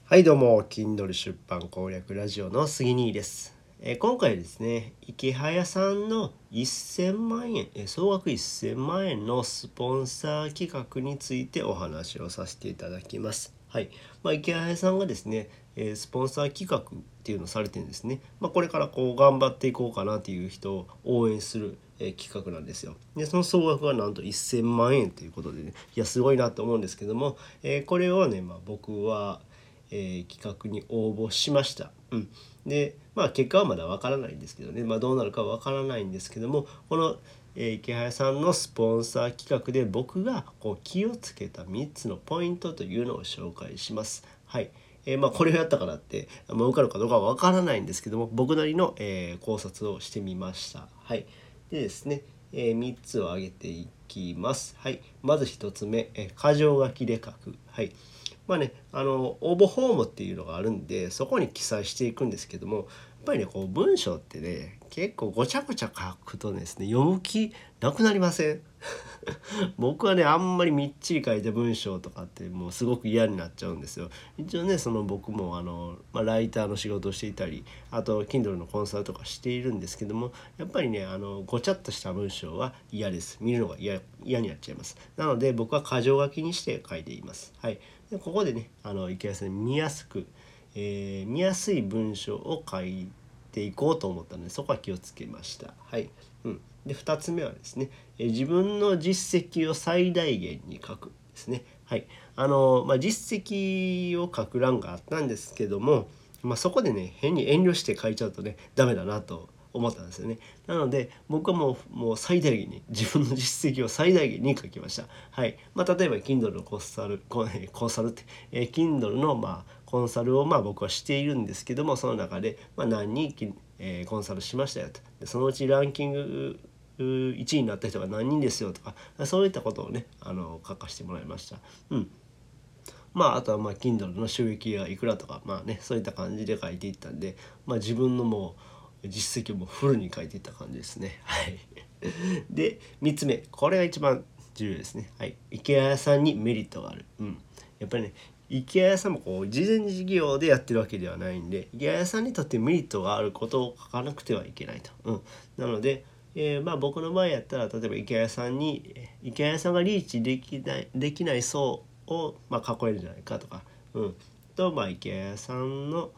はいどうも Kindle 出版攻略ラジオの杉兄です。今回ですね、池早さんの1000万円、総額1000万円のスポンサー企画についてお話をさせていただきます。はい、池早さんがですね、スポンサー企画っていうのをされてるんですね。これからこう頑張っていこうかなっていう人を応援する企画なんですよ。でその総額はなんと1000万円ということでね、いやすごいなと思うんですけども、これをね、僕は企画に応募しました。で結果はまだわからないんですけどね、どうなるかはわからないんですけども、この、池早さんのスポンサー企画で僕がこう気をつけた3つのポイントというのを紹介します。はい。これをやったからって受かるかどうかはわからないんですけども、僕なりの、考察をしてみました。はい。でですね、3つを挙げていきます。はい。まず1つ目、箇条書きで書く。はい。応募フォームっていうのがあるんで、そこに記載していくんですけども、やっぱりねこう文章ってね結構ごちゃごちゃ書くとですね、読む気なくなりません？僕はねあんまりみっちり書いた文章とかってもうすごく嫌になっちゃうんですよ。一応ね僕もライターの仕事をしていたり、あと Kindle のコンサルとかしているんですけども、やっぱりねごちゃっとした文章は嫌です。見るのが嫌になっちゃいます。なので僕は箇条書きにして書いています。はい。でここでね池谷さんに見やすく、見やすい文章を書いていこうと思ったので、そこは気をつけました。はい。で2つ目はですね、自分の実績を最大限に書くですね。はい。実績を書く欄があったんですけども、そこでね変に遠慮して書いちゃうとねダメだなと思ったんですよね。なので僕はもう最大限に自分の実績を最大限に書きました。はい。例えば Kindle のコンサルって、Kindle のコンサルを僕はしているんですけども、その中で何人コンサルしましたよと。でそのうちランキング1位になった人が何人ですよとか、そういったことをね書かせてもらいました。あとはKindle の収益がいくらとかそういった感じで書いていったんで、自分のもう実績をもうフルに書いていった感じですね。はい。で3つ目、これが一番重要ですね。はい。池谷さんにメリットがある。やっぱりね池谷さんもこう事前事業でやってるわけではないんで、池谷さんにとってメリットがあることを書かなくてはいけないと。なので、僕の場合やったら例えば池谷さんがリーチできない層を囲えるんじゃないかとか、池谷さんの、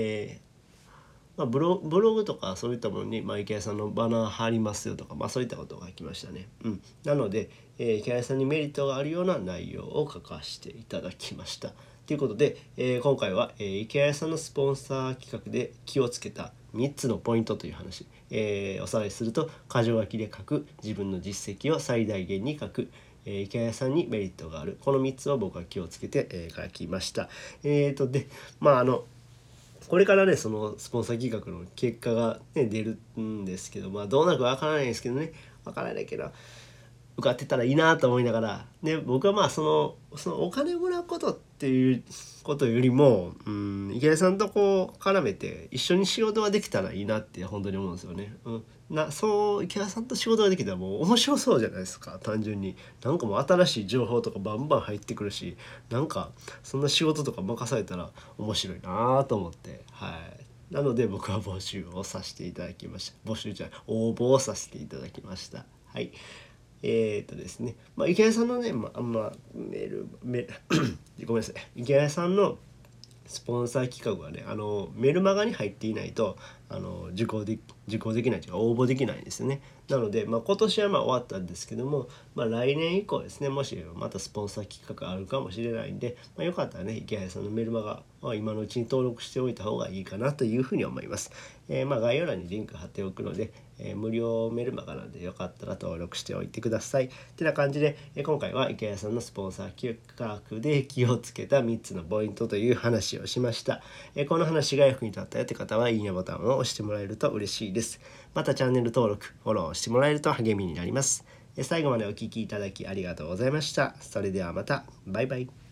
ブログとかそういったものに、池谷さんのバナー貼りますよとか、そういったことが書きましたね。なので、池谷さんにメリットがあるような内容を書かせていただきました。ということで、今回は、池谷さんのスポンサー企画で気をつけた3つのポイントという話、おさらいすると、箇条書きで書く、自分の実績を最大限に書く、池谷さんにメリットがある、この3つを僕は気をつけて、書きました。でこれからねそのスポンサー企画の結果が、出るんですけど、どうなるかわからないですけどね、わからないけど受かってたらいいなと思いながら、で僕はそのお金もらうことっていうことよりも、池谷さんとこう絡めて一緒に仕事ができたらいいなって本当に思うんですよね。池谷さんと仕事ができたらもう面白そうじゃないですか。単純になんかもう新しい情報とかバンバン入ってくるし、なんかそんな仕事とか任されたら面白いなと思って、はい。なので僕は募集をさせていただきました。応募をさせていただきました。はい。ですね、池谷さんのね、ごめんなさい、池谷さんのスポンサー企画はねメルマガに入っていないと受講できないというか応募できないんですよね。なので、今年は終わったんですけども、来年以降ですね、もしまたスポンサー企画あるかもしれないんで、よかったらね池谷さんのメルマガは今のうちに登録しておいた方がいいかなというふうに思います。概要欄にリンク貼っておくので、無料メルマガなんでよかったら登録しておいてください。ってな感じで、今回は池谷さんのスポンサー企画で気をつけた3つのポイントという話をしました。この話が役に立ったよって方はいいねボタンを押してもらえると嬉しいです。またチャンネル登録フォローしてもらえると励みになります。最後までお聞きいただきありがとうございました。それではまた。バイバイ。